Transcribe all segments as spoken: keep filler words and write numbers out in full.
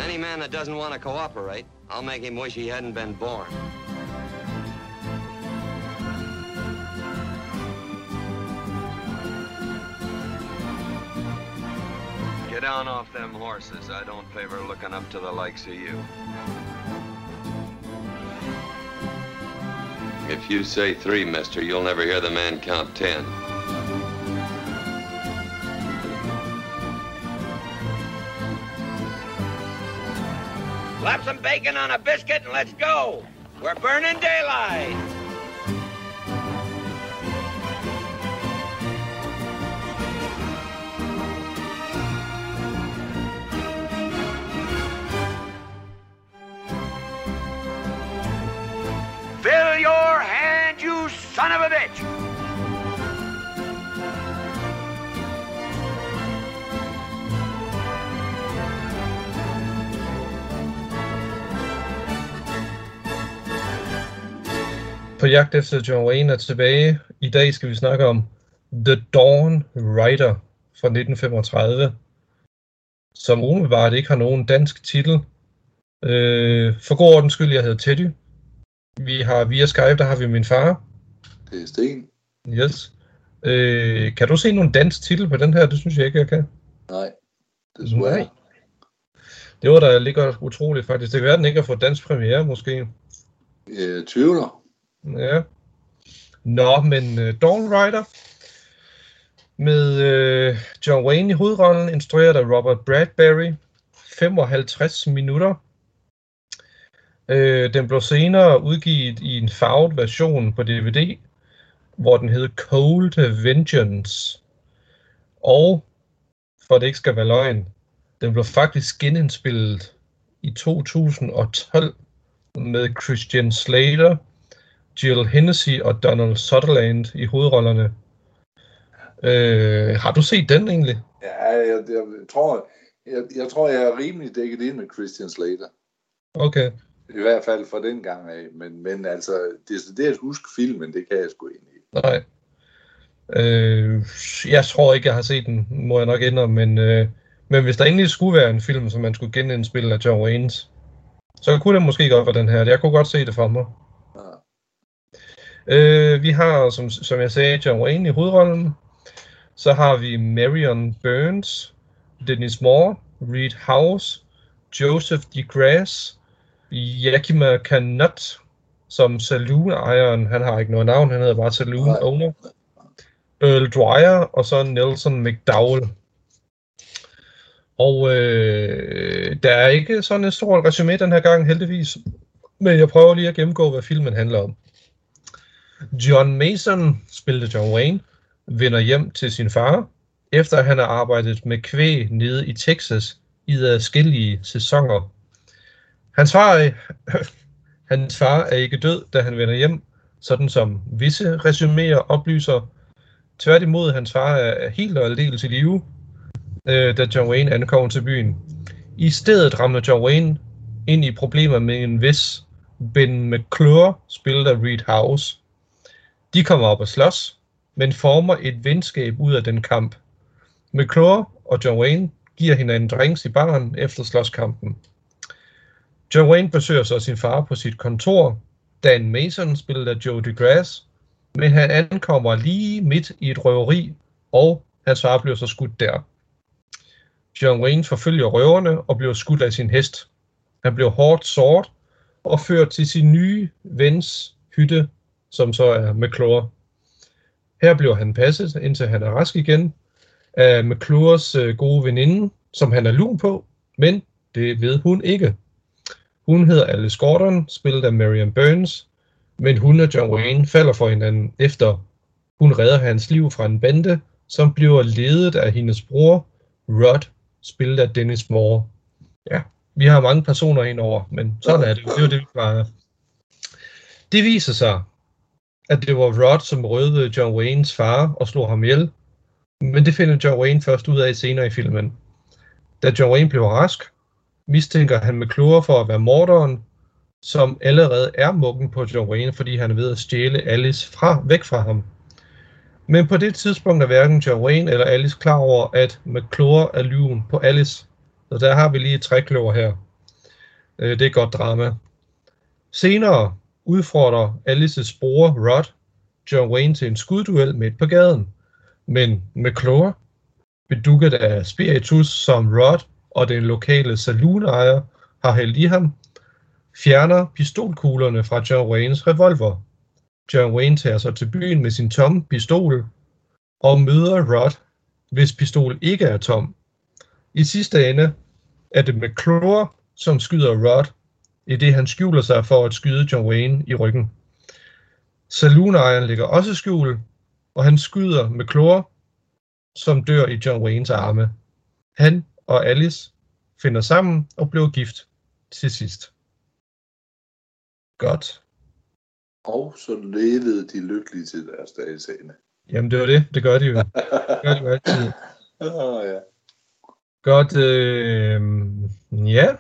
Any man that doesn't want to cooperate, I'll make him wish he hadn't been born. Get down off them horses. I don't favor looking up to the likes of you. If you say three, mister, you'll never hear the man count ten. Slap some bacon on a biscuit and let's go. We're burning daylight. Fill your hand, you son of a bitch! På jagt efter John Wayne er tilbage. I dag skal vi snakke om The Dawn Rider fra nitten femogtredive, som umiddelbart ikke har nogen dansk titel. Øh, for god ordens skyld, jeg hedder Teddy. Vi har via Skype, der har vi min far. Det er Sten. Yes. Øh, kan du se nogen dansk titel på den her? Det synes jeg ikke, jeg kan. Nej, desværre. Nej. Det var der ligger utroligt faktisk. Det kan være, den ikke har fået dansk premiere, måske. Jeg tvivler. Ja. Nå, men uh, Dawn Rider med uh, John Wayne i hovedrollen, instrueret af Robert Bradbury. femoghalvtreds minutter. Uh, den blev senere udgivet i en farvet version på D V D, hvor den hed Cold Vengeance. Og, for det ikke skal være løgn, den blev faktisk genindspillet i to tusind og tolv med Christian Slater, Jill Hennessy og Donald Sutherland i hovedrollerne. Øh, har du set den egentlig? Ja, jeg, jeg, tror, jeg, jeg tror, jeg er rimelig dækket ind med Christian Slater. Okay. I hvert fald fra den gang af. Men, men altså, det, det er at huske filmen, det kan jeg sgu ind i. Nej. Øh, jeg tror ikke, jeg har set den, må jeg nok indrømme, men, øh, men hvis der egentlig skulle være en film, som man skulle genindspille af John Waynes, så kunne det måske godt være den her. Jeg kunne godt se det for mig. Uh, vi har, som, som jeg sagde, John Wayne i hovedrollen. Så har vi Marion Burns, Dennis Moore, Reed House, Joseph DeGrasse, Yakima Canut som saloon-ejeren. Han har ikke noget navn, han hedder bare saloon-owner. Earl Dwyer og så Nelson McDowell. Og øh, der er ikke sådan et stort resume den her gang, heldigvis. Men jeg prøver lige at gennemgå, hvad filmen handler om. John Mason, spillet John Wayne, vender hjem til sin far, efter at han har arbejdet med kvæg nede i Texas i adskillige sæsoner. Hans far, er, hans far er ikke død, da han vender hjem, sådan som visse resuméer oplyser. Tværtimod, hans far er helt og aldeles i live, øh, da John Wayne ankommer til byen. I stedet rammer John Wayne ind i problemer med en vis Ben McClure, spillet af Reed House. De kommer op og slås, men former et venskab ud af den kamp. McClure og John Wayne giver hinanden drinks i baren efter slåskampen. John Wayne besøger så sin far på sit kontor, Dan Mason, spillet af Joe DeGrasse, men han ankommer lige midt i et røveri, og hans far bliver så skudt der. John Wayne forfølger røverne og bliver skudt af sin hest. Han bliver hårdt såret og ført til sin nye vens hytte, som så er McClure. Her bliver han passet, indtil han er rask igen, af McClures øh, gode veninde, som han er lun på, men det ved hun ikke. Hun hedder Alice Gordon, spillet af Marion Burns, men hun og John Wayne falder for hinanden efter hun redder hans liv fra en bande, som bliver ledet af hendes bror, Rod, spillet af Dennis Moore. Ja, vi har mange personer indover, men sådan er det. Det er det, vi plejer. Det viser sig, at det var Rod, som røvede John Waynes far og slog ham ihjel. Men det finder John Wayne først ud af senere i filmen. Da John Wayne bliver rask, mistænker han McClure for at være morderen, som allerede er muggen på John Wayne, fordi han er ved at stjæle Alice fra, væk fra ham. Men på det tidspunkt er hverken John Wayne eller Alice klar over, at McClure er lyven på Alice. Så der har vi lige et trækløver her. Øh, det er godt drama. Senere udfordrer Alices bror Rod John Wayne til en skudduel midt på gaden. Men McClure, bedugget af spiritus, som Rod og den lokale saloon-ejer har hældt i ham, fjerner pistolkuglerne fra John Waynes revolver. John Wayne tager sig til byen med sin tomme pistol og møder Rod, hvis pistol ikke er tom. I sidste ende er det McClure, som skyder Rod, i det han skjuler sig for at skyde John Wayne i ryggen. Saloon-ejeren ligger også skjul, og han skyder McClure, som dør i John Waynes arme. Han og Alice finder sammen og bliver gift til sidst. Godt. Og så levede de lykkelige til deres dages ende. Jamen det var det, det gør de jo. Det gør de jo altid. Oh, ja. Godt, øh, ja.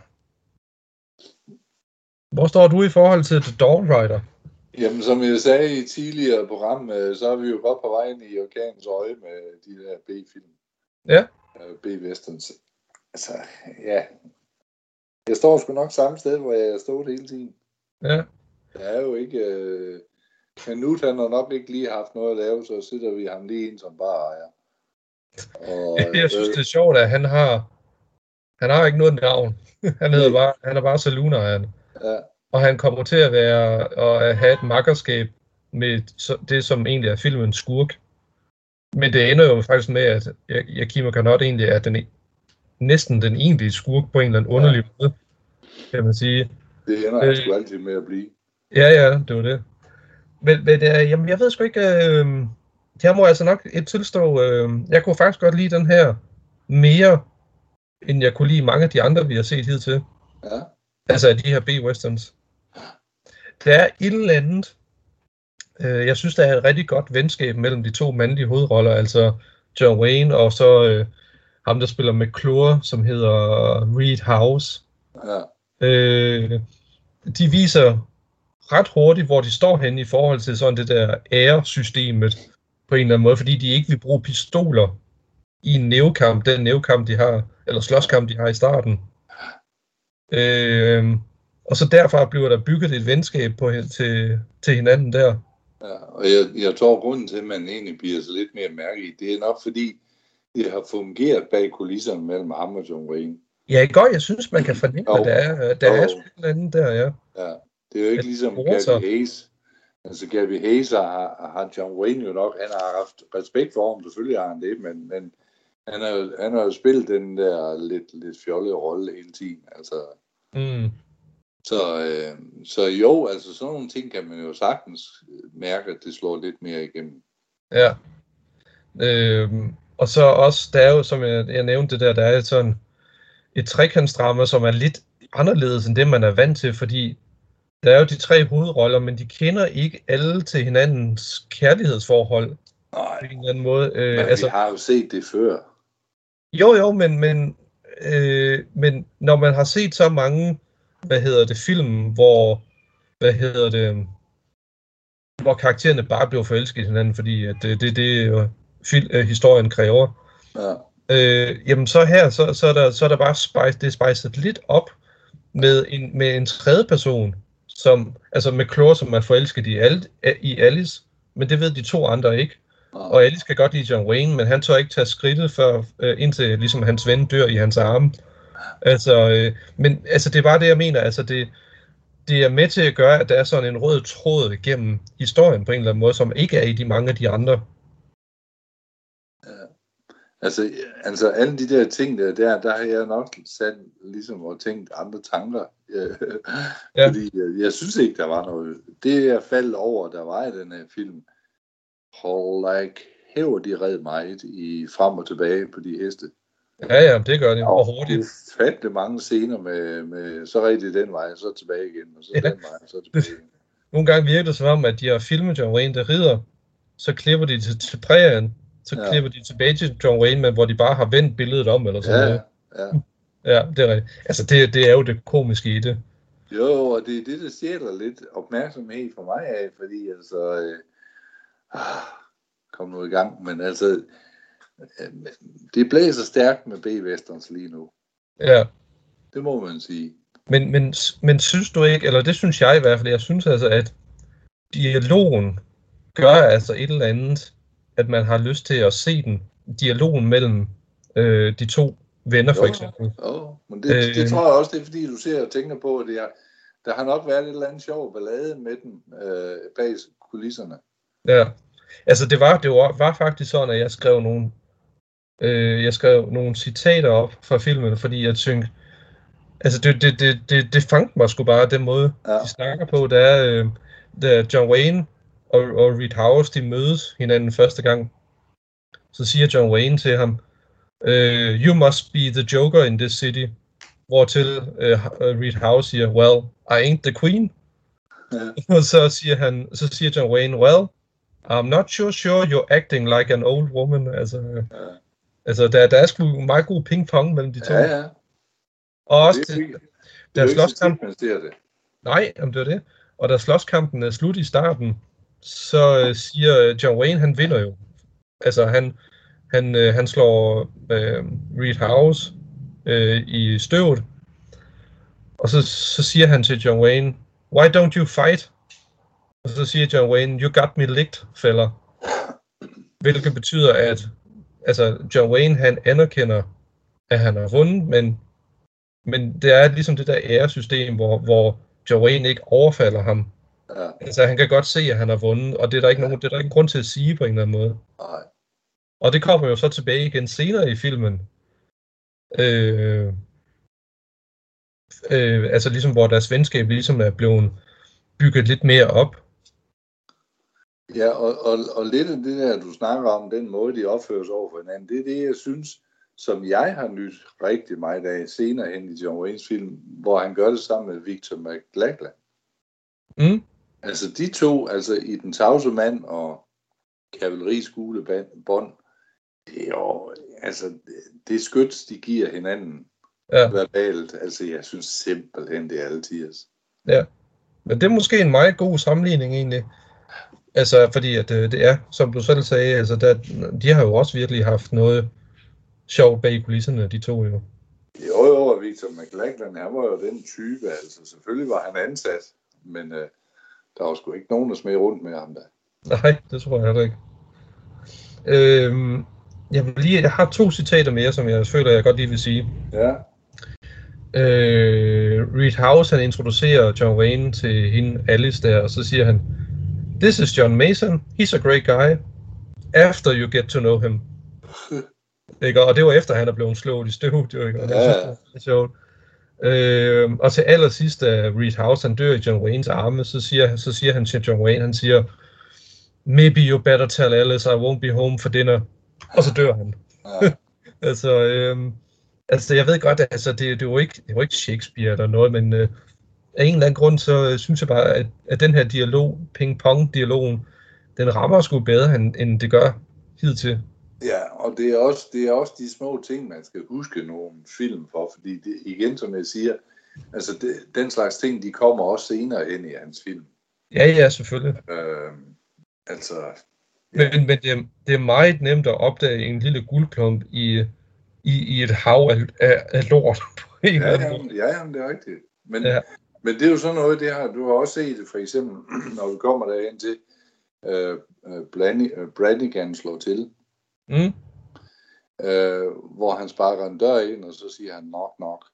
Hvor står du i forhold til The Dawn Rider? Jamen, som jeg sagde i tidligere program, så er vi jo godt på vejen i orkanens øje med de der B-film. Ja. B-westerns. Altså, ja. Jeg står sgu nok samme sted, hvor jeg stod hele tiden. Ja. Der er jo ikke... Øh... Knut, han har nok ikke lige haft noget at lave, så sidder vi ham lige ind som bare ejer. Og, jeg synes, det er sjovt, at han har... Han har ikke noget navn. Han hedder bare, han er bare saloon-ejeren. Ja. Og han kommer til at være og at have et makkerskab med det, som egentlig er filmens skurk. Men det ender jo faktisk med, at Yakima Canutt egentlig er den, næsten den egentlige skurk på en eller anden underlig måde, kan man sige. Det ender han sgu altid med at blive. Ja, ja, det var det. Men, men øh, jamen, jeg ved sgu ikke, øh, jeg må altså nok et tilstå, øh, jeg kunne faktisk godt lide den her mere, end jeg kunne lide mange af de andre, vi har set hidtil. Ja. Altså af de her B-westerns. Der er et eller andet, øh, jeg synes, der er et rigtig godt venskab mellem de to mandlige hovedroller, altså John Wayne og så øh, ham, der spiller McClure, som hedder Reed House. Ja. Øh, de viser ret hurtigt, hvor de står henne i forhold til sådan det der æresystemet på en eller anden måde, fordi de ikke vil bruge pistoler i en nævekamp, den nævekamp, de har, eller slåskamp, de har i starten. Øh, og så derfra bliver der bygget et venskab på, til, til hinanden der. Ja, og jeg, jeg tror, grunden til, at man egentlig bliver så lidt mere mærke i, det er nok fordi, det har fungeret bag kulisserne mellem ham og John Wayne. Ja, ikke godt. Jeg synes, man kan fornemme, at der er, der er et eller andet der, ja. Ja, det er jo ikke ligesom Gabby Hayes. Altså Gabby Hayes har, har John Wayne jo nok, han har haft respekt for ham, selvfølgelig har han det, men, men han har jo han har spillet den der lidt, lidt fjollede rolle hele tiden, altså. Mm. Så, øh, så jo, altså sådan nogle ting kan man jo sagtens mærke, at det slår lidt mere igennem. Ja. Øhm, og så også, der er jo, som jeg, jeg nævnte det der, der er sådan et trekantsdrama, som er lidt anderledes end det, man er vant til, fordi der er jo de tre hovedroller, men de kender ikke alle til hinandens kærlighedsforhold. Nej, på en eller anden måde. Øh, men altså, vi har jo set det før. Jo, jo, men, men, øh, men når man har set så mange, hvad hedder det, film, hvor, hvad hedder det, hvor karaktererne bare bliver forelsket i hinanden, fordi at det, det, det fil, øh, historien kræver. Ja. Øh, jamen så her, så, så, er der, så er der bare spice, det er spicet lidt op med en, med en tredje person, som, altså McClure, som er forelsket i, Al, i Alice, men det ved de to andre ikke. Og Alice kan godt lide John Wayne, men han tør ikke tage skridtet før, øh, indtil ligesom hans ven dør i hans arme. Altså, øh, men altså, det er bare det, jeg mener. Altså, det, det er med til at gøre, at der er sådan en rød tråd gennem historien på en eller anden måde, som ikke er i de mange af de andre. Ja. Altså, altså alle de der ting der, der, der har jeg nok sat ligesom og tænkt andre tanker. Ja. Fordi jeg, jeg synes ikke, der var noget. Det jeg faldt over, der var i den her film, hold like, hæver de red meget i frem og tilbage på de heste. Ja, ja, det gør de. Og hurtigt. Det er fattelig mange scener med, med så rigtig den vej, så tilbage igen, og så ja. Den vej, så tilbage igen. Nogle gange virker det som om, at de har filmet John Wayne, der rider, så klipper de til, til prærien, så ja. Klipper de tilbage til John Wayne, men hvor de bare har vendt billedet om, eller sådan ja, noget. Ja, ja, det er rigtigt. Altså, det, det er jo det komiske i det. Jo, og det er det, der stjæler lidt opmærksomhed for mig af, fordi altså, øh, ah, kom nu i gang, men altså, øh, det blæser stærkt med B-westerns lige nu. Ja. Det må man sige. Men, men, men synes du ikke, eller det synes jeg i hvert fald, jeg synes altså, at dialogen gør altså et eller andet, at man har lyst til at se den, dialogen mellem øh, de to venner, for eksempel. Jo, men det, øh, det tror jeg også, det er fordi, du ser og tænker på, at det er, der har nok været et eller andet sjov ballade med den øh, bag kulisserne. Ja, altså det var, det var, var faktisk sådan, at jeg skrev nogle, øh, jeg skrev nogle citater op fra filmen, fordi jeg tænkte, altså det, det, det, det, det fangede mig sgu bare, den måde, ja. de snakker på, der er, øh, der John Wayne og, og Reed Howes, de mødes hinanden første gang. Så siger John Wayne til ham, uh, you must be the Joker in this city. Hvortil uh, Reed Howes siger, well, I ain't the queen. Ja. Og så siger han, så siger John Wayne, well, I'm not sure sure you're acting like an old woman. Altså, ja. altså der, der er sgu meget god ping-pong mellem de to. Ja, ja. Og også det er, til, det er der slåskamp... det. Nej, om det var det. Og da slåskampen er slut i starten, så uh, siger John Wayne, han vinder jo. Altså han, han, uh, han slår uh, Reed Howes uh, i støvet. Og så, så siger han til John Wayne, why don't you fight? Og så siger John Wayne, you got me licked, fella. Hvilket betyder, at altså, John Wayne, han anerkender, at han har vundet, men, men det er ligesom det der æresystem, hvor, hvor John Wayne ikke overfalder ham. Ja. Altså, han kan godt se, at han har vundet, og det er der ikke, ja. nogen, det er der ikke grund til at sige på en eller anden måde. Nej. Og det kommer jo så tilbage igen senere i filmen. Øh, øh, altså ligesom, hvor deres venskab ligesom er blevet bygget lidt mere op. Ja, og, og, og lidt af det der, du snakker om, den måde, de opfører sig over for hinanden, det er det, jeg synes, som jeg har nyt rigtig meget af senere hen i John Waynes film, hvor han gør det sammen med Victor McLaglen. Mm. Altså de to, altså i Den tavse mand og Kavalleris gule bånd, det er jo, altså det skyts, de giver hinanden ja. verbalt, altså jeg synes simpelthen, det er altid. Ja, men det er måske en meget god sammenligning egentlig. Altså, fordi at øh, det er, som du selv sagde, altså der, de har jo også virkelig haft noget sjovt bag kulisserne, de to jo. Jo, jo, og Victor McLaglen, han var jo den type, altså selvfølgelig var han ansat, men øh, der var sgu ikke nogen, der smed rundt med ham der. Nej, det tror jeg heller ikke. Øhm, jeg, vil lige, jeg har to citater mere, som jeg føler, jeg godt lige vil sige. Ja. Øh, Reed Howes, han introducerer John Wayne til hende, Alice der, og så siger han, this is John Mason, he's a great guy, after you get to know him. Ikke? Og det var efter, han er blevet slået i støvet, jo, ikke? Og det er ja. sjovt. Øh, og til allersidst, da Reed Howes, han dør i John Waynes arme, så siger, så siger han til John Wayne, han siger, maybe you better tell Alice I won't be home for dinner. Og så dør han. Ja. altså, øh, altså, jeg ved godt, altså, det, det, var ikke, det var ikke Shakespeare eller noget, men øh, af en eller anden grund, så synes jeg bare, at, at den her dialog, ping-pong-dialogen, den rammer sgu bedre, end, end det gør hidtil. Ja, og det er, også, det er også de små ting, man skal huske nogle film for, fordi det, igen, som jeg siger, altså det, den slags ting, de kommer også senere ind i hans film. Ja, ja, selvfølgelig. Øh, altså... Ja. Men, men det, er, det er meget nemt at opdage en lille guldklump i, i, i et hav af, af, af lort. ja, jamen, ja, jamen, det er rigtigt. Men, ja. men det er jo sådan noget, det har, du har også set det, for eksempel, når vi kommer derhen til, øh, øh, Brannigan slår til. Mm. Øh, hvor han sparker en dør ind, og så siger han knock knock.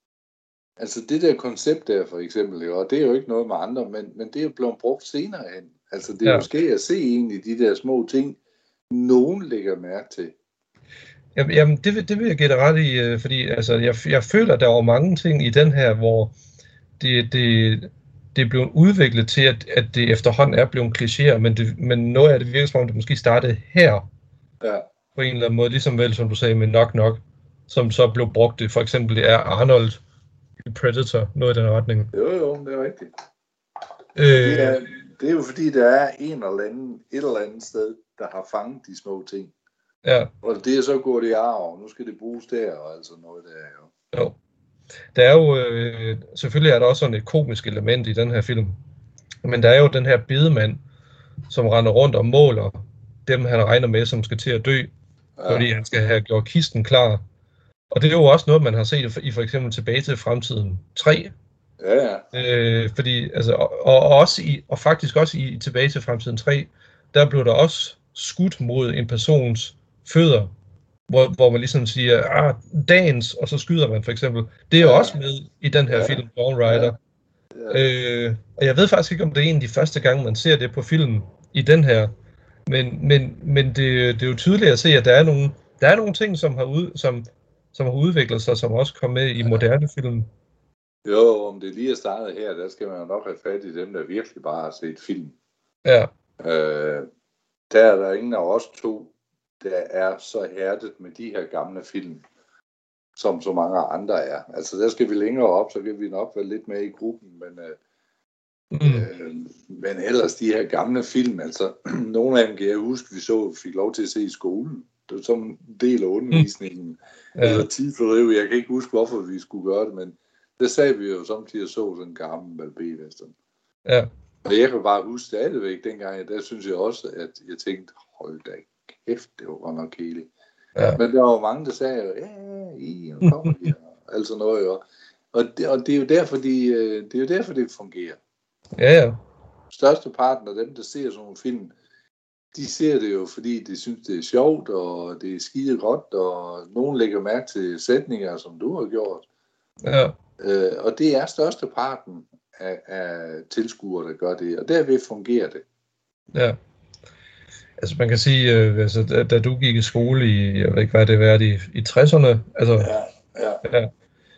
Altså det der koncept der for eksempel, og det er jo ikke noget med andre, men, men det er jo blevet brugt senere hen. Altså det er ja. måske at se egentlig de der små ting, nogen lægger mærke til. Jamen, jamen det, det vil jeg give dig ret i, fordi altså, jeg, jeg føler, at der var mange ting i den her, hvor det, det, det er blevet udviklet til, at, at det efterhånden er blevet klichéer, men, det, men noget af det virker som om, det måske startede her. Ja. På en eller anden måde, ligesom vel, som du sagde, med Knock Knock, som så blev brugt, for eksempel det er Arnold i Predator, noget i den retning. Jo, jo, det er rigtigt. Øh, det, er, det er jo fordi, der er en eller anden, et eller andet sted, der har fanget de små ting. Ja. Og det er så gået i arv, nu skal det bruges der, og altså noget der, jo. Jo. Der er jo, øh, selvfølgelig er der også sådan et komisk element i den her film, men der er jo den her bedemand, som render rundt og måler dem, han regner med, som skal til at dø, ja. Fordi han skal have gjort kisten klar. Og det er jo også noget, man har set i for eksempel Tilbage til fremtiden tre, Ja, ja. Øh, fordi, altså, og, og, også i, og faktisk også i Tilbage til Fremtiden tre, der blev der også skudt mod en persons fødder, hvor, hvor man ligesom siger, ah, dans, og så skyder man for eksempel. Det er jo ja. også med i den her ja. film, Dawn Rider. Ja. Ja. Øh, og jeg ved faktisk ikke, om det er en af de første gange, man ser det på filmen i den her. Men, men, men det, det er jo tydeligt at se, at der er nogle, der er nogle ting, som har, ud, som, som har udviklet sig, som også kom med i moderne film. Jo, om det lige er startet her, der skal man jo nok have fat i dem, der virkelig bare har set film. Ja. Øh, der er der ingen af os to, der er så hærdet med de her gamle film, som så mange andre er. Altså der skal vi længere op, så kan vi nok være lidt med i gruppen, men, øh, mm. øh, men ellers de her gamle film, altså nogle af dem kan jeg huske, vi så fik lov til at se i skolen. Det var som en del af undervisningen. Mm. Ja. Eller tidsfordriv, jeg kan ikke huske, hvorfor vi skulle gøre det, men det sagde vi jo samtidig så sådan en gammel Malbé-western. Ja. Og jeg kan bare huske stadigvæk dengang, der synes jeg også, at jeg tænkte, hold da kæft, det var godt nok kedeligt. Ja. Men der var jo mange, der sagde, ja, I, nu kommer de, og altså noget jo. Og det, og det er jo derfor, de, det er jo derfor, det fungerer. Ja, ja. Størsteparten af dem, der ser sådan nogle film, de ser det jo, fordi de synes, det er sjovt, og det er skide godt, og nogen lægger mærke til sætninger, som du har gjort. Ja. Øh, og det er størsteparten af, af tilskuere, der gør det, og derved fungerer det. Ja. Altså man kan sige, øh, altså, da, da du gik i skole i, jeg ved ikke hvad det var, i, i tresserne, altså, ja, ja. ja.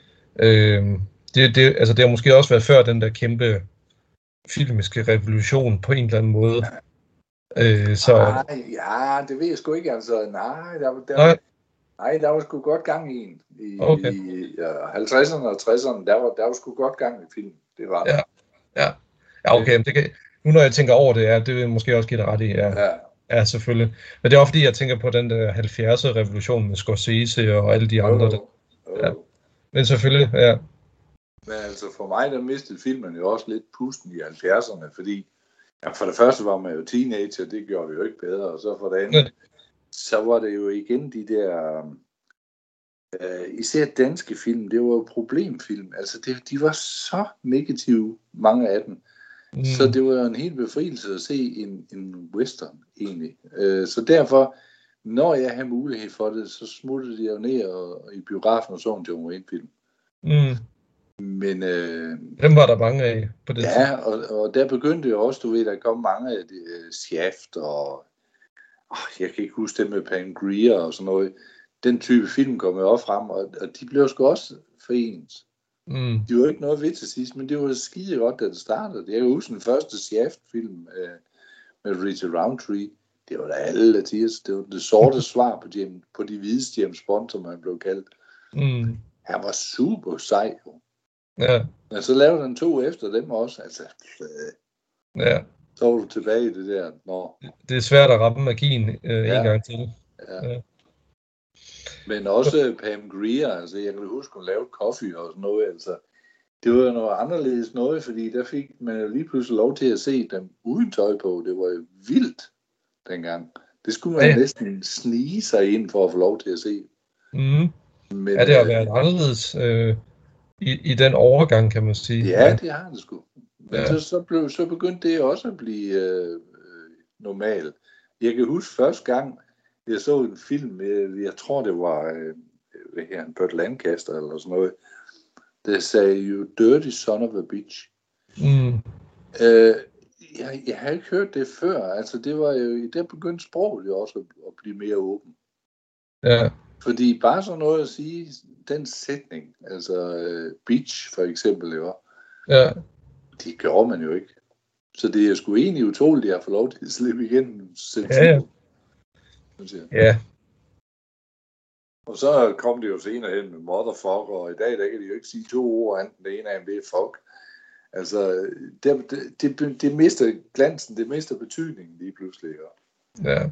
Øh, det, det, altså det har måske også været før den der kæmpe filmiske revolution på en eller anden måde. Øh, så... Nej, ja, det ved jeg sgu ikke, altså, nej, der, der, nej. nej, der var sgu godt gang i en. I, okay. i ja, halvtredserne og tresserne, der var, der var sgu godt gang i film, det var ja. ja, ja, okay, men det kan, nu når jeg tænker over det, ja, det vil måske også give dig ret i, ja. Ja. Ja, selvfølgelig. Men det er også fordi, jeg tænker på den der halvfjerdser revolution med Scorsese og alle de andre. Oh, oh. Ja. Men selvfølgelig, ja. Men altså for mig, der mistede filmen jo også lidt pusten i halvfjerdserne, fordi ja, for det første var man jo teenager, det gjorde det jo ikke bedre, og så for det andet, ja. Så var det jo igen de der, øh, især danske film, det var jo problemfilm, altså det, de var så negative, mange af dem. Mm. Så det var en helt befrielse at se en, en western, egentlig. Øh, så derfor, når jeg havde mulighed for det, så smuttede jeg jo ned og, og i biografen og så en John Wayne-film. Mm. Men... Øh, Dem var der mange af på det. Ja, og, og der begyndte jo også, du ved, der kom mange af de uh, Shaft og... Oh, jeg kan ikke huske det med Pam Grier og sådan noget. Den type film kom jo også frem, og, og de blev sgu også forenet. Mm. Det var ikke noget ved til sidst, men det var skide godt, da det startede. Jeg kan huske den første Shaft-film øh, med Richard Roundtree. Det var da alle latiers. Det var det sorte svar på, James, på de hvide James Bond, som han blev kaldt. Mm. Han var super sej, jo. Ja. Men så lavede han to efter dem også. Altså, øh, ja. Så var du tilbage i det der. Nå. Det er svært at ramme magien øh, ja. en gang til. Ja. Ja. Men også Pam Grier, altså jeg kan huske, hun lavede Coffee og sådan noget, altså det var jo noget anderledes noget, fordi der fik man jo lige pludselig lov til at se dem uden tøj på. Det var jo vildt dengang. Det skulle man ja. næsten snige sig ind for at få lov til at se. Mm. Men, ja, det har været anderledes øh, i, i den overgang, kan man sige. Ja, det har det sgu. Men ja. så, så, blev, så begyndte det også at blive øh, normalt. Jeg kan huske første gang, jeg så en film, jeg, jeg tror det var øh, hvad her, en Burt Lancaster eller sådan noget, der sagde You dirty son of a bitch. Mm. Øh, jeg, jeg har ikke hørt det før, altså det var jo, der begyndte sproget jo også at, at blive mere åben. Ja. Fordi bare sådan noget at sige, den sætning, altså øh, bitch for eksempel, jo, ja. Det gjorde man jo ikke. Så det er sgu egentlig utroligt, at jeg får lov til at slippe igen. Ja, ja. Ja. Og så kom det jo senere hen med motherfucker, og i dag, der kan de jo ikke sige to ord, enten det ene af en ved fuck. Altså, det, det, det, det mister glansen, det mister betydningen lige pludselig. Ja.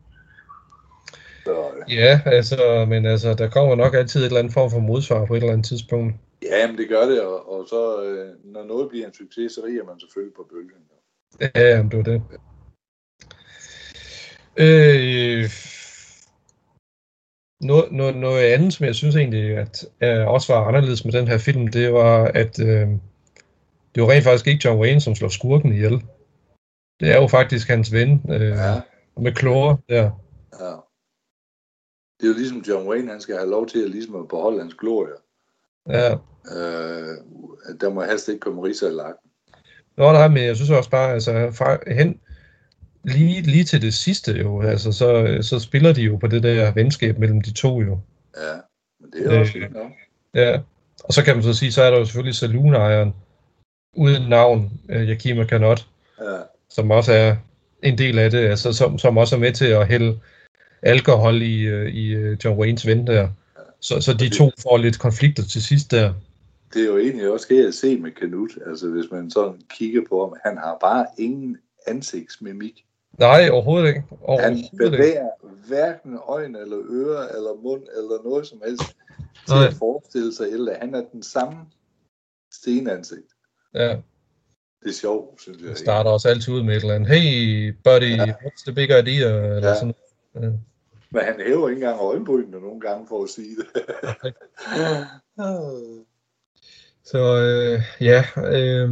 Så, ja, altså, men altså, der kommer nok altid et eller andet form for modsvar på et eller andet tidspunkt. Ja, men det gør det, og, og så, øh, når noget bliver en succes, så riger man selvfølgelig på bølgen. Ja, jamen, det var det. Øh, noget, noget, noget andet, som jeg synes egentlig, at øh, også var anderledes med den her film, det var, at øh, det er jo rent faktisk ikke John Wayne, som slår skurken ihjel. Det er jo faktisk hans ven øh, ja. med klore der. Ja. Det er jo ligesom John Wayne, han skal have lov til at, ligesom at beholde hans glorie. Ja. Øh, der må helst ikke komme riser i lakken. Nå nej, men jeg synes også bare, altså fra, hen, lige, lige til det sidste jo, altså så, så spiller de jo på det der venskab mellem de to jo. Ja, men det er også øh, nok. Ja, og så kan man så sige, så er der jo selvfølgelig saloon-ejeren, uden navn, øh, Yakima Canutt, ja. som også er en del af det, altså som, som også er med til at hælde alkohol i, i John Waynes ven der. Ja. Så, så de det, to får lidt konflikter til sidst der. Det er jo egentlig også det at se med Canutt, altså hvis man sådan kigger på ham, han har bare ingen ansigtsmimik. Nej, overhovedet ikke. Overhovedet han bevæger ikke. Hverken øjne eller ører eller mund eller noget som helst til Nej. At forestille sig, eller han er den samme stenansigt. Ja. Det er sjovt, synes jeg. Det starter også altid ud med et eller andet. Hey, buddy, ja. What's the big idea? Eller ja. Sådan. Ja. Men han hæver ikke engang øjenbrynene nogle gange for at sige det. Så øh, ja, øh,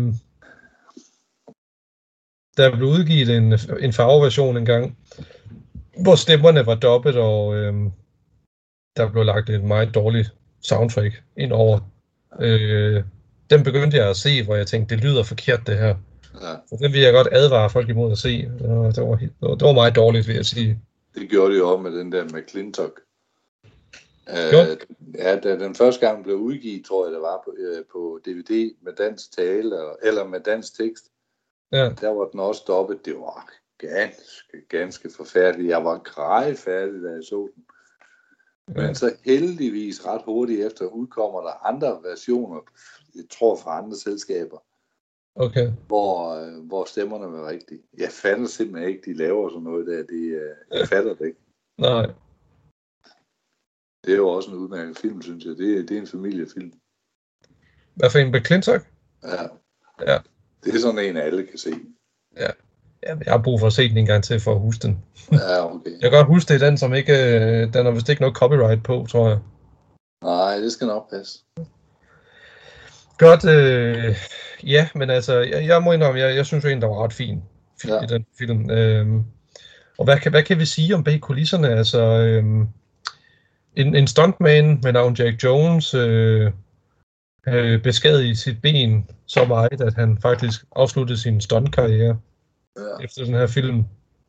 der blev udgivet en, en farveversion engang, hvor stemmerne var dobbelt, og øh, der blev lagt et meget dårligt soundtrack ind over. Øh, den begyndte jeg at se, hvor jeg tænkte, det lyder forkert det her. Ja. Så den vil jeg godt advare folk imod at se. Og det, var, det var meget dårligt, vil jeg sige. Det gjorde det jo også med den der McClintock. Uh, ja, da den første gang blev udgivet, tror jeg, det var på, uh, på D V D med dansk tale, eller med dansk tekst. Ja. Der var den også dobbelt. Det var ganske, ganske forfærdeligt. Jeg var grejfærdig, da jeg så den. Ja. Men så heldigvis ret hurtigt efter udkommer der andre versioner, jeg tror fra andre selskaber, okay. hvor, uh, hvor stemmerne var rigtige. Jeg fatter simpelthen ikke, de laver sådan noget der. De, uh, jeg fatter det ikke. Nej. Det er jo også en udmærket film, synes jeg. Det, det er en familiefilm. Hvad for en McClintock? Ja. Ja. Det er sådan en, alle kan se. Ja. Jeg har brug for at se den en gang til, for at huske den. Ja, okay. Jeg kan godt huske, det er den, som ikke... Den har vist ikke noget copyright på, tror jeg. Nej, det skal nok passe. Godt. Øh, ja, men altså, jeg, jeg må indrømme, jeg, jeg synes jo egentlig, der var ret fin film, ja. I den film. Øhm, og hvad kan, hvad kan vi sige om bag kulisserne? Altså... Øhm, En, en stuntman med navn Jack Jones øh, øh, beskadigede sit ben så meget, at han faktisk afsluttede sin stuntkarriere ja. Efter den her film.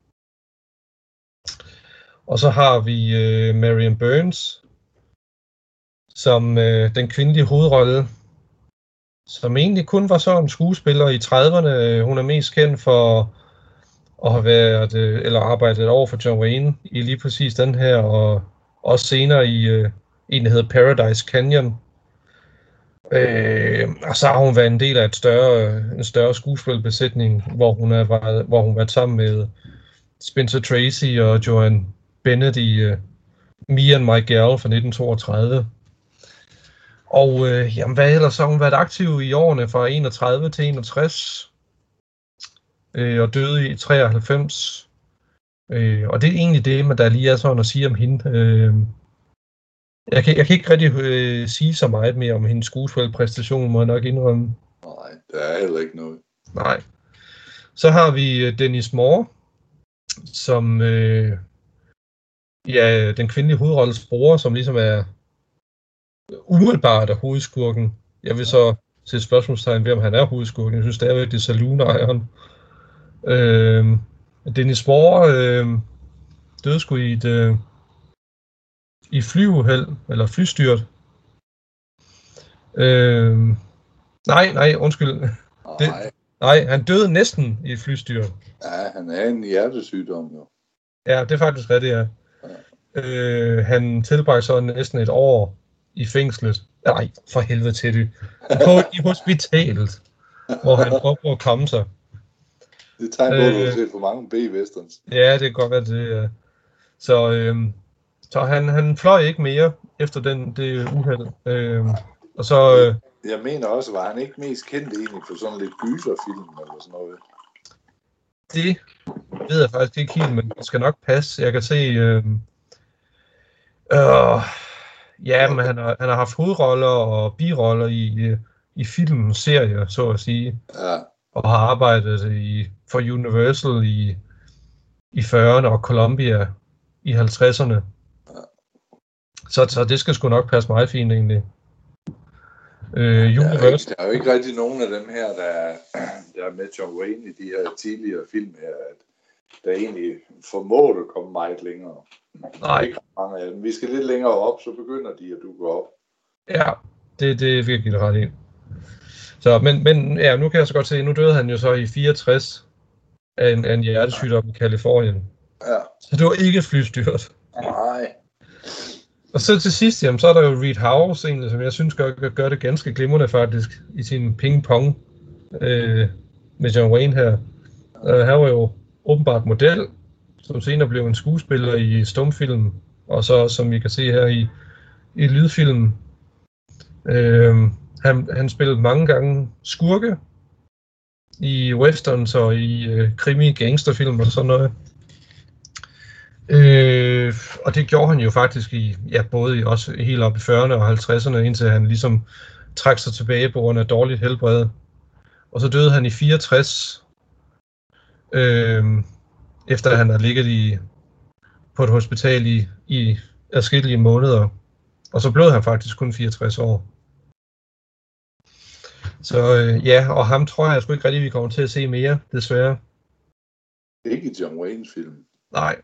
Og så har vi øh, Marion Burns som øh, den kvindelige hovedrolle, som egentlig kun var sådan en skuespiller i trediverne. Hun er mest kendt for at have været øh, eller arbejdet over for John Wayne i lige præcis den her, og også senere i øh, en, der hedder Paradise Canyon. Øh, og så har hun været en del af et større, en større skuespilbesætning, hvor hun har været, hvor hun været sammen med Spencer Tracy og Joan Bennett i øh, Me and My Girl fra nitten toogtredive. Og øh, jamen, hvad ellers har hun været aktiv i årene fra enogtredive til enogtres, øh, og døde i treoghalvfems. Øh, og det er egentlig det, men der lige er sådan at sige om hende. Øh, jeg, kan, jeg kan ikke rigtig øh, sige så meget mere om hendes skuespilpræstation, må jeg nok indrømme. Nej, der er heller ikke noget. Nej. Så har vi Dennis Moore, som øh, ja, den kvindelige hovedrolles bror, som ligesom er umiddelbart af hovedskurken. Jeg vil så sætte spørgsmålstegn ved, om han er hovedskurken. Jeg synes stadigvæk, det er saloon-ejeren. Øh, Dennis Moore øh, døde sgu i et øh, i flyuheld, eller flystyrt. Øh, nej, nej, undskyld. Nej. Det, nej, han døde næsten i et flystyrt. Ja, han er en hjertesygdom jo. Ja, det er faktisk rigtigt, ja. ja. Øh, han tilbragte så næsten et år i fængslet. Nej, for helvede til det. På i hospitalet, hvor han prøver at komme sig. Det tegner øh, du har set for mange B-westerns. Ja, det kan godt være det. Ja. Så, øh, så han, han fløj ikke mere efter den, det uheld. Øh, og så, øh, jeg mener også, var han ikke mest kendt egentlig for sådan lidt gyserfilm eller sådan noget? Det ved jeg faktisk ikke helt, men det skal nok passe. Jeg kan se... Øh, øh, ja, men han har, han har haft hovedroller og biroller i, i filmserier, så at sige. Ja. Og har arbejdet i, for Universal i, i fyrrerne og Columbia i halvtredserne. Ja. Så, så det skal sgu nok passe meget fint egentlig. Øh, der, er ikke, der er jo ikke rigtig nogen af dem her, der er, der er med John Wayne i de her tidligere film her, at der egentlig formår at komme meget længere. Nej. Ikke mange af dem. Vi skal lidt længere op, så begynder de at dukke op. Ja, det, det er virkelig ret i. Så, men, men ja, nu kan jeg så godt se, nu døde han jo så i fireogtres af en, af en hjertesygdom i Kalifornien. Ja. Så det var ikke flystyrt. Nej. Og så til sidst, jamen, så er der jo Reed Howes egentlig, som jeg synes gør, gør det ganske glimrende faktisk, i sin ping-pong øh, med John Wayne her. Uh, han var jo åbenbart model, som senere blev en skuespiller i stumfilm, og så som I kan se her i, i lydfilmen. Øh, han, han spillede mange gange skurke i westerns og i øh, krimi-gangsterfilm og sådan noget. Øh, og det gjorde han jo faktisk i, ja, både i, også helt op i fyrrerne og halvtredserne, indtil han ligesom trak sig tilbage på grund af dårligt helbred. Og så døde han i fireogtres, øh, efter han havde ligget i, på et hospital i, i adskillige måneder. Og så blev han faktisk kun fireogtres år. Så øh, ja, og ham tror jeg sgu ikke rigtig, vi kommer til at se mere, desværre. Ikke John Waynes film. Nej.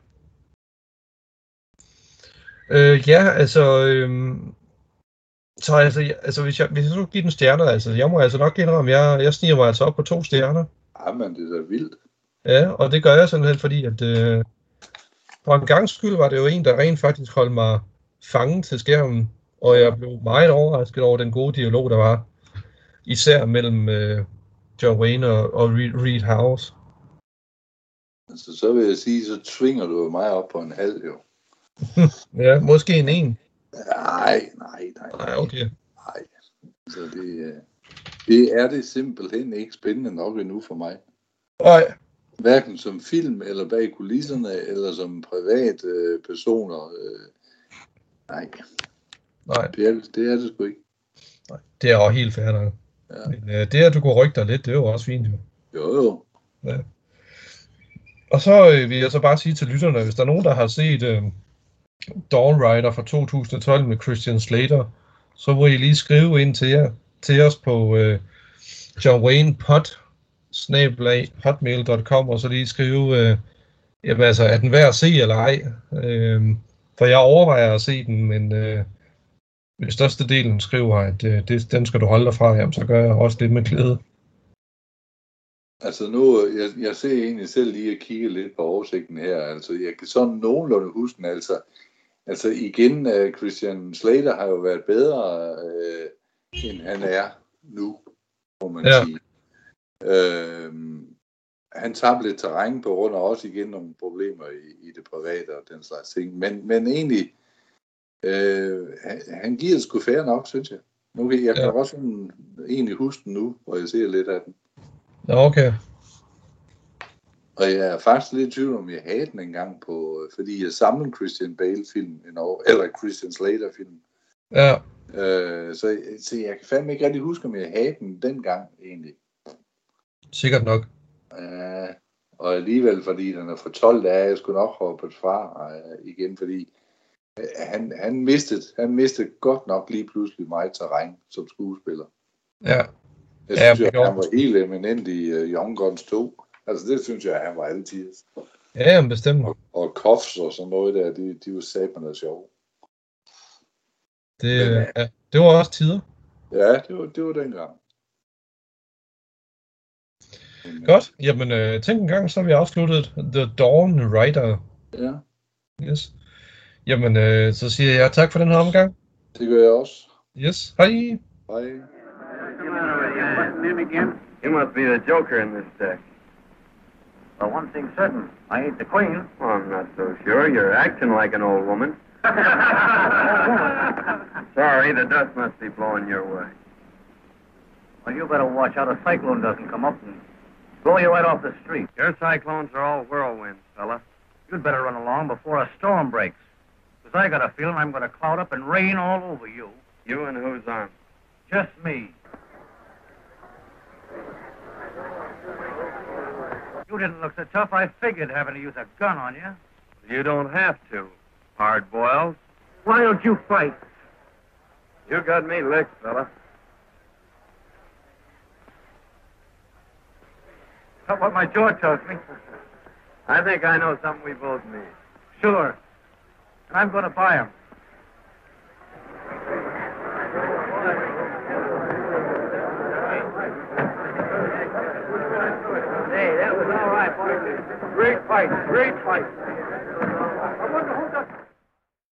Øh, ja, altså, øh, så altså, altså hvis jeg, hvis jeg skulle give den stjerner, altså, jeg må altså nok indrømme, jeg, jeg sniger mig altså op på to stjerner. Jamen, det er da vildt. Ja, og det gør jeg simpelthen, fordi at, øh, for en gangs skyld var det jo en, der rent faktisk holdt mig fanget til skærmen, og jeg blev meget overrasket over den gode dialog, der var, især mellem øh, John Wayne og, og Reed, Reed Howes. Altså, så vil jeg sige, så tvinger du mig op på en halv, jo. Ja, måske en en. Nej, nej, nej. Nej, okay. Nej, så det, det er det simpelthen ikke spændende nok endnu for mig. Nej. Hverken som film, eller bag kulisserne, eller som privat øh, personer. Øh, nej. Nej. Det er det, er det sgu ikke. Nej, det er også helt fair nok. Ja. Men øh, det, at du kunne rykke dig lidt, det er jo også fint, jo. Jo, jo. Ja. Og så øh, vil jeg så bare sige til lytterne, hvis der er nogen, der har set øh, Dawn Rider fra to tusind og tolv med Christian Slater, så må I lige skrive ind til, jer, til os på øh, John Wayne Pod snabel-a hotmail punktum com, og så lige skrive, øh, jamen altså, er den værd at se eller ej? Øh, for jeg overvejer at se den, men øh, hvis størstedelen skriver, at øh, det, den skal du holde dig fra, jamen, så gør jeg også lidt med glæde. Altså nu, jeg, jeg ser egentlig selv lige at kigge lidt på oversigten her, altså jeg kan sådan nogenlunde huske den, altså, altså igen, uh, Christian Slater har jo været bedre, uh, end han er nu, må man ja. sige. Uh, han tabte lidt terræn på grund af også igen nogle problemer i, i det private og den slags ting, men, men egentlig, uh, han, han giver det sgu fair nok, synes jeg. Nu kan jeg ja. kan også sådan, egentlig huske den nu, hvor jeg ser lidt af den. Okay. Og jeg er faktisk lidt i tvivl om, jeg havde den engang på, fordi jeg samlede en Christian Bale-film, eller Christian Slater-film. Ja. Øh, så, så jeg kan fandme ikke rigtig huske, om jeg havde den dengang egentlig. Sikkert nok. Øh, og alligevel, fordi den er for tolv dage, jeg skulle nok hoppe fra øh, igen, fordi øh, han, han, mistede, han mistede godt nok lige pludselig meget terræn som skuespiller. Ja. Jeg synes ja, jo, at han var helt eminent i uh, Young Guns to. Altså det synes jeg, at han var altid. Ja, bestemt. Og, og Koffs og sådan noget der, de, de var satme sjove. Det, Men, ja, det var også tider. Ja, det var, det var dengang. Godt. Jamen, øh, tænk en gang, så har vi afsluttet The Dawn Rider. Ja. Yes. Jamen, øh, så siger jeg tak for den her omgang. Det gør jeg også. Yes. Hej. Hej. You must be the Joker in this deck. Well, one thing's certain. I ain't the Queen. Well, I'm not so sure. You're acting like an old woman. Sorry, the dust must be blowing your way. Well, you better watch out a cyclone doesn't come up and blow you right off the street. Your cyclones are all whirlwinds, fella. You'd better run along before a storm breaks. Because I got a feeling I'm going to cloud up and rain all over you. You and who's on? Just me. You didn't look so tough, I figured having to use a gun on you. You don't have to, hard-boiled. Why don't you fight? You got me licked, fella. That's what my jaw tells me. I think I know something we both need. Sure. And I'm going to buy him. Hey, that was all right, boy. Great fight, great fight.